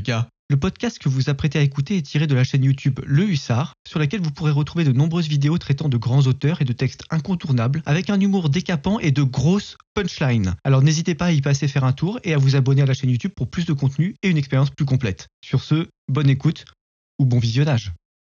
gars. Le podcast que vous vous apprêtez à écouter est tiré de la chaîne YouTube Le Hussard, sur laquelle vous pourrez retrouver de nombreuses vidéos traitant de grands auteurs et de textes incontournables, avec un humour décapant et de grosses punchlines. Alors n'hésitez pas à y passer faire un tour et à vous abonner à la chaîne YouTube pour plus de contenu et une expérience plus complète. Sur ce, bonne écoute ou bon visionnage.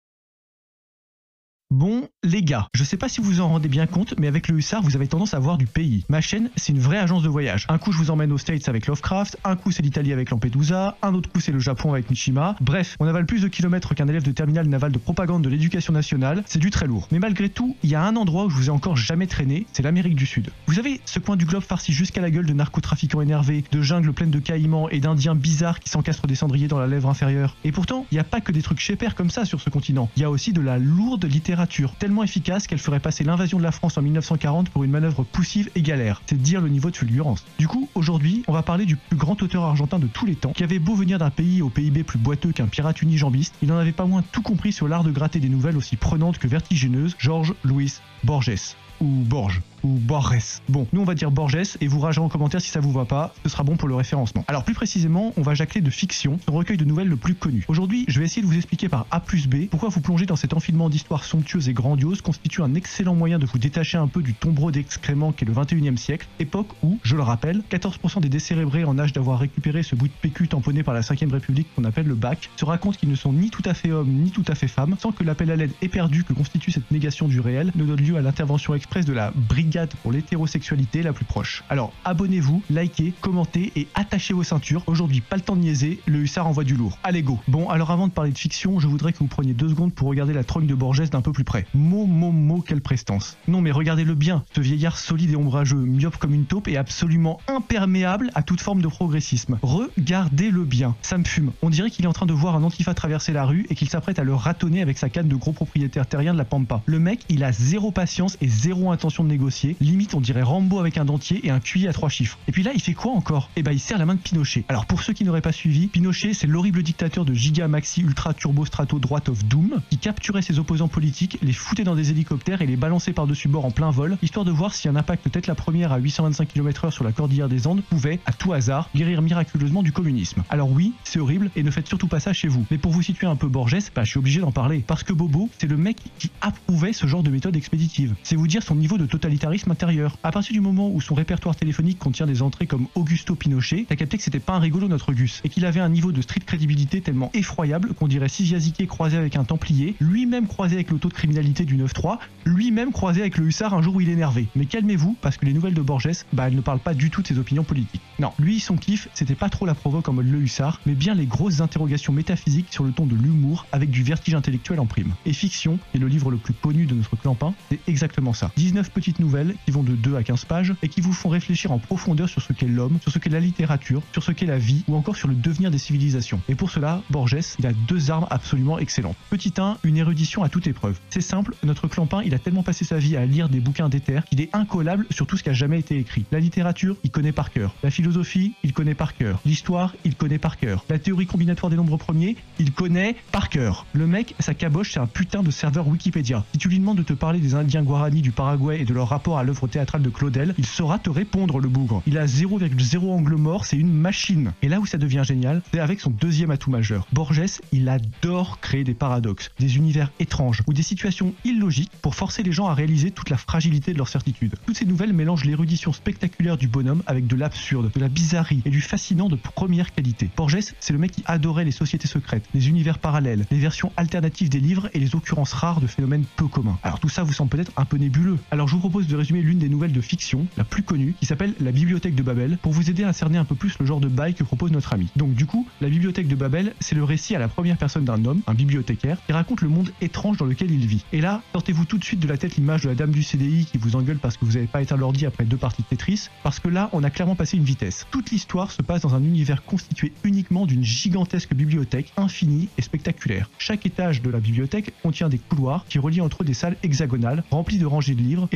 Bon, les gars, je sais pas si vous vous en rendez bien compte, mais avec le Hussard, vous avez tendance à voir du pays. Ma chaîne, c'est une vraie agence de voyage. Un coup, je vous emmène aux States avec Lovecraft, un coup, c'est l'Italie avec Lampedusa, un autre coup, c'est le Japon avec Mishima. Bref, on avale plus de kilomètres qu'un élève de terminale naval de propagande de l'éducation nationale, c'est du très lourd. Mais malgré tout, il y a un endroit où je vous ai encore jamais traîné, c'est l'Amérique du Sud. Vous savez, ce coin du globe farci jusqu'à la gueule de narcotrafiquants énervés, de jungles pleines de caïmans et d'indiens bizarres qui s'encastrent des cendriers dans la lèvre inférieure. Et pourtant, il n'y a pas que des trucs chez père comme ça sur ce continent. Il y a aussi de la lourde littérature, tellement efficace qu'elle ferait passer l'invasion de la France en 1940 pour une manœuvre poussive et galère. C'est dire le niveau de fulgurance. Du coup, aujourd'hui, on va parler du plus grand auteur argentin de tous les temps, qui avait beau venir d'un pays au PIB plus boiteux qu'un pirate unijambiste, il n'en avait pas moins tout compris sur l'art de gratter des nouvelles aussi prenantes que vertigineuses, Jorge Luis Borges. Ou Borges, ou Borges. Bon, nous on va dire Borges et vous ragerez en commentaire si ça vous va pas, ce sera bon pour le référencement. Alors plus précisément, on va jacler de fiction, son recueil de nouvelles le plus connu. Aujourd'hui, je vais essayer de vous expliquer par A plus B pourquoi vous plonger dans cet enfilement d'histoires somptueuses et grandioses constitue un excellent moyen de vous détacher un peu du tombereau d'excréments qu'est le 21e siècle, époque où, je le rappelle, 14% des décérébrés en âge d'avoir récupéré ce bout de PQ tamponné par la 5ème République qu'on appelle le bac se racontent qu'ils ne sont ni tout à fait hommes ni tout à fait femmes, sans que l'appel à l'aide éperdu que constitue cette négation du réel ne donne lieu à l'intervention express de la brigade pour l'hétérosexualité la plus proche. Alors abonnez-vous, likez, commentez et attachez vos ceintures. Aujourd'hui, pas le temps de niaiser, le Hussard envoie du lourd. Allez go. Bon, alors avant de parler de fiction, je voudrais que vous preniez 2 secondes pour regarder la trogne de Borges d'un peu plus près. Quelle prestance. Non mais regardez-le bien, ce vieillard solide et ombrageux, myope comme une taupe et absolument imperméable à toute forme de progressisme. Regardez-le bien, ça me fume. On dirait qu'il est en train de voir un antifa traverser la rue et qu'il s'apprête à le ratonner avec sa canne de gros propriétaire terrien de la Pampa. Le mec, il a zéro patience et zéro intention de négocier, limite on dirait Rambo avec un dentier et un QI à 3 chiffres. Et puis là il fait quoi encore? Eh ben il serre la main de Pinochet. Alors pour ceux qui n'auraient pas suivi, Pinochet c'est l'horrible dictateur de Giga Maxi Ultra Turbo Strato Droite of Doom qui capturait ses opposants politiques, les foutait dans des hélicoptères et les balançait par-dessus bord en plein vol, histoire de voir si un impact tête la première à 825 km/h sur la cordillère des Andes pouvait, à tout hasard, guérir miraculeusement du communisme. Alors oui, c'est horrible et ne faites surtout pas ça chez vous. Mais pour vous situer un peu Borges, bah je suis obligé d'en parler. Parce que Bobo, c'est le mec qui approuvait ce genre de méthode expéditive. C'est vous dire son niveau de totalitarisme intérieur. À partir du moment où son répertoire téléphonique contient des entrées comme Augusto Pinochet, t'as capté que c'était pas un rigolo notre Gus, et qu'il avait un niveau de street crédibilité tellement effroyable qu'on dirait Siziaziké croisé avec un Templier, lui-même croisé avec le taux de criminalité du 9-3, lui-même croisé avec le Hussard un jour où il est énervé. Mais calmez-vous, parce que les nouvelles de Borges, bah elles ne parlent pas du tout de ses opinions politiques. Non, lui son kiff, c'était pas trop la provoque en mode le Hussard, mais bien les grosses interrogations métaphysiques sur le ton de l'humour avec du vertige intellectuel en prime. Et Fiction, qui est le livre le plus connu de notre clampin, c'est exactement ça. 19 petites nouvelles qui vont de 2 à 15 pages et qui vous font réfléchir en profondeur sur ce qu'est l'homme, sur ce qu'est la littérature, sur ce qu'est la vie ou encore sur le devenir des civilisations. Et pour cela, Borges, il a 2 armes absolument excellentes. Petit 1, une érudition à toute épreuve. C'est simple, notre clampin, il a tellement passé sa vie à lire des bouquins d'éther qu'il est incollable sur tout ce qui a jamais été écrit. La littérature, il connaît par cœur. La philosophie, il connaît par cœur. L'histoire, il connaît par cœur. La théorie combinatoire des nombres premiers, il connaît par cœur. Le mec, sa caboche, c'est un putain de serveur Wikipédia. Si tu lui demandes de te parler des Indiens Guarani du Paraguay et de leur rapport à l'œuvre théâtrale de Claudel, il saura te répondre le bougre. Il a 0,0 angle mort, c'est une machine. Et là où ça devient génial, c'est avec son deuxième atout majeur. Borges, il adore créer des paradoxes, des univers étranges ou des situations illogiques pour forcer les gens à réaliser toute la fragilité de leur certitude. Toutes ces nouvelles mélangent l'érudition spectaculaire du bonhomme avec de l'absurde, de la bizarrerie et du fascinant de première qualité. Borges, c'est le mec qui adorait les sociétés secrètes, les univers parallèles, les versions alternatives des livres et les occurrences rares de phénomènes peu communs. Alors tout ça vous semble peut-être un peu nébuleux. Alors je vous propose de résumer l'une des nouvelles de fiction, la plus connue, qui s'appelle La Bibliothèque de Babel, pour vous aider à cerner un peu plus le genre de bail que propose notre ami. Donc du coup, La Bibliothèque de Babel, c'est le récit à la première personne d'un homme, un bibliothécaire, qui raconte le monde étrange dans lequel il vit. Et là, sortez-vous tout de suite de la tête l'image de la dame du CDI qui vous engueule parce que vous n'avez pas éteint l'ordi après 2 parties de Tetris, parce que là, on a clairement passé une vitesse. Toute l'histoire se passe dans un univers constitué uniquement d'une gigantesque bibliothèque infinie et spectaculaire. Chaque étage de la bibliothèque contient des couloirs qui relient entre eux des salles hexagonales remplies de rangées de livres, et tous les livres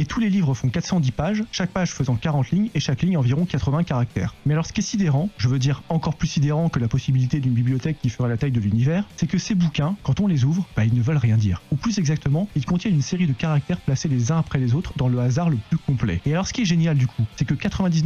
livres font 410 pages, chaque page faisant 40 lignes et chaque ligne environ 80 caractères. Mais alors ce qui est sidérant, je veux dire encore plus sidérant que la possibilité d'une bibliothèque qui ferait la taille de l'univers, c'est que ces bouquins, quand on les ouvre, ils ne veulent rien dire. Ou plus exactement, ils contiennent une série de caractères placés les uns après les autres dans le hasard le plus complet. Et alors ce qui est génial du coup, c'est que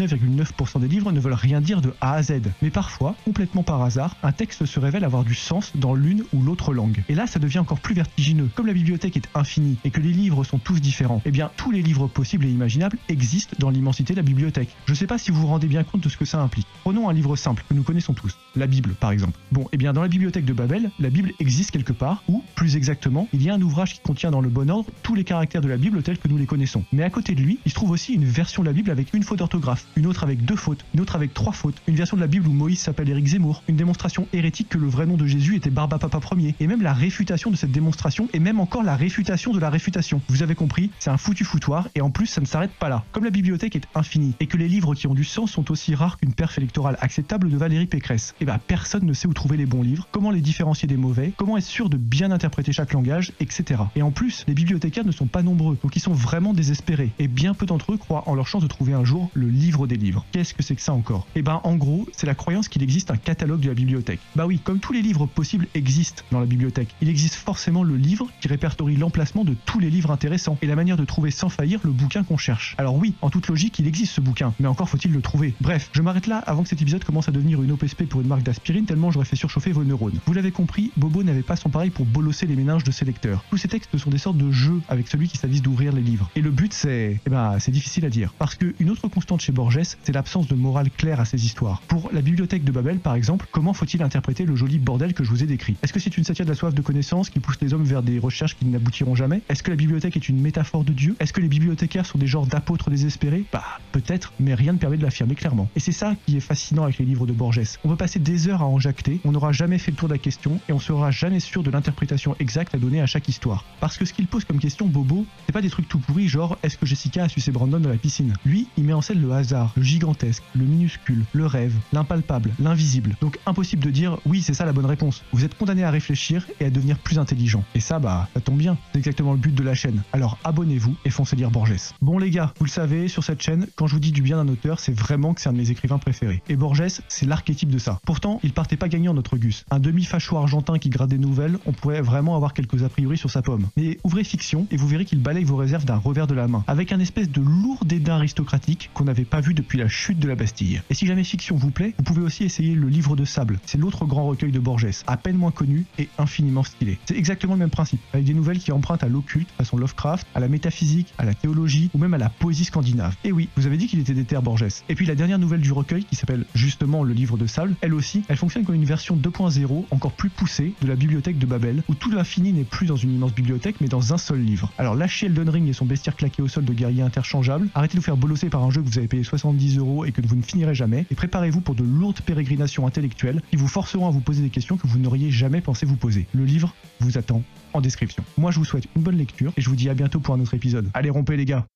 99,9% des livres ne veulent rien dire de A à Z. Mais parfois, complètement par hasard, un texte se révèle avoir du sens dans l'une ou l'autre langue. Et là, ça devient encore plus vertigineux. Comme la bibliothèque est infinie et que les livres sont tous différents, eh bien tous les livres possibles et imaginables existent dans l'immensité de la bibliothèque. Je sais pas si vous vous rendez bien compte de ce que ça implique. Prenons un livre simple que nous connaissons tous, la Bible par exemple. Bon, eh bien dans la bibliothèque de Babel, la Bible existe quelque part, ou plus exactement, il y a un ouvrage qui contient dans le bon ordre tous les caractères de la Bible tels que nous les connaissons. Mais à côté de lui, il se trouve aussi une version de la Bible avec une faute d'orthographe, une autre avec 2 fautes, une autre avec 3 fautes, une version de la Bible où Moïse s'appelle Éric Zemmour, une démonstration hérétique que le vrai nom de Jésus était Barbapapa Ier, et même la réfutation de cette démonstration, et même encore la réfutation de la réfutation. Vous avez compris, c'est un foutu foutoir, et en plus ça ne s'arrête pas là. Comme la bibliothèque est infinie, et que les livres qui ont du sens sont aussi rares qu'une perf électorale acceptable de Valérie Pécresse, et bah personne ne sait où trouver les bons livres, comment les différencier des mauvais, comment être sûr de bien interpréter chaque langage, etc. Et en plus, les bibliothécaires ne sont pas nombreux, donc ils sont vraiment désespérés, et bien peu d'entre eux croient en leur chance de trouver un jour le livre des livres. Qu'est-ce que c'est que ça encore? Et ben en gros, c'est la croyance qu'il existe un catalogue de la bibliothèque. Bah oui, comme tous les livres possibles existent dans la bibliothèque, il existe forcément le livre qui répertorie l'emplacement de tous les livres intéressants et la manière de trouver sans faillir le bouquin qu'on cherche. Alors oui, en toute logique, il existe ce bouquin, mais encore faut-il le trouver. Bref, je m'arrête là avant que cet épisode commence à devenir une OPSP pour une marque d'aspirine tellement j'aurais fait surchauffer vos neurones. Vous l'avez compris, Bobo n'avait pas son pareil pour bolosser les méninges de ses lecteurs. Tous ces textes sont des sortes de jeux avec celui qui s'avise d'ouvrir les livres. Et le but c'est... c'est difficile à dire. Parce qu'une autre constante chez Borges, c'est l'absence de morale claire à ces histoires. Pour la bibliothèque de Babel par exemple, comment faut-il interpréter le joli bordel que je vous ai décrit? Est-ce que c'est une satire de la soif de connaissance qui pousse les hommes vers des recherches qui n'aboutiront jamais? Est-ce que la bibliothèque est une métaphore de Dieu? Est-ce que les bibliothécaires sont des genres d'apôtres désespérés? Peut-être, mais rien ne permet de l'affirmer clairement. Et c'est ça qui est fascinant avec les livres de Borges. On peut passer des heures à en jacter, on n'aura jamais fait le tour de la question et on sera jamais sûr de l'interprétation exacte à donner à chaque histoire. Parce que ce qu'il pose comme question, Bobo, c'est pas des trucs tout pourris genre est-ce que Jessica a sucé Brandon dans la piscine? Lui, il met en scène le hasard, le gigantesque, le minuscule, le rêve, l'impalpable, l'invisible. Donc impossible de dire oui, c'est ça la bonne réponse. Vous êtes condamné à réfléchir et à devenir plus intelligent. Et ça, ça tombe bien. C'est exactement le but de la chaîne. Alors abonnez-vous et foncez lire Borges. Bon les gars, vous le savez, sur cette chaîne, quand je vous dis du bien d'un auteur, c'est vraiment que c'est un de mes écrivains préférés. Et Borges, c'est l'archétype de ça. Pourtant, il partait pas gagnant notre Gus. Un demi-facho argentin qui gratte des nouvelles, on pourrait vraiment avoir quelques a priori sur sa pomme. Mais ouvrez Fiction et vous verrez qu'il balaye vos réserves d'un revers de la main, avec un espèce de lourd dédain aristocratique qu'on n'avait pas vu depuis la chute de la Bastille. Et si jamais Fiction vous plaît, vous pouvez aussi essayer le Livre de Sable. C'est l'autre grand recueil de Borges, à peine moins connu et infiniment stylé. C'est exactement le même principe, avec des nouvelles qui empruntent à l'occulte, façon Lovecraft, à la métaphysique, à la théologie ou même à la poésie scandinave. Et oui, vous avez dit qu'il était déter Borges. Et puis la dernière nouvelle du recueil, qui s'appelle justement le Livre de Sable, elle aussi, elle fonctionne comme une version 2.0 encore plus poussée de la bibliothèque de Babel, où tout l'infini n'est plus dans une immense bibliothèque mais dans un seul livre. Alors lâchez Elden Ring et son bestiaire claqué au sol de guerrier interchangeable, arrêtez de vous faire bolosser par un jeu que vous avez payé 70 € et que vous ne finirez jamais, et préparez-vous pour de lourdes pérégrinations intellectuelles qui vous forceront à vous poser des questions que vous n'auriez jamais pensé vous poser. Le livre vous attend en description. Moi je vous souhaite une bonne lecture et je vous dis à bientôt pour un autre épisode. Allez rompez les gars!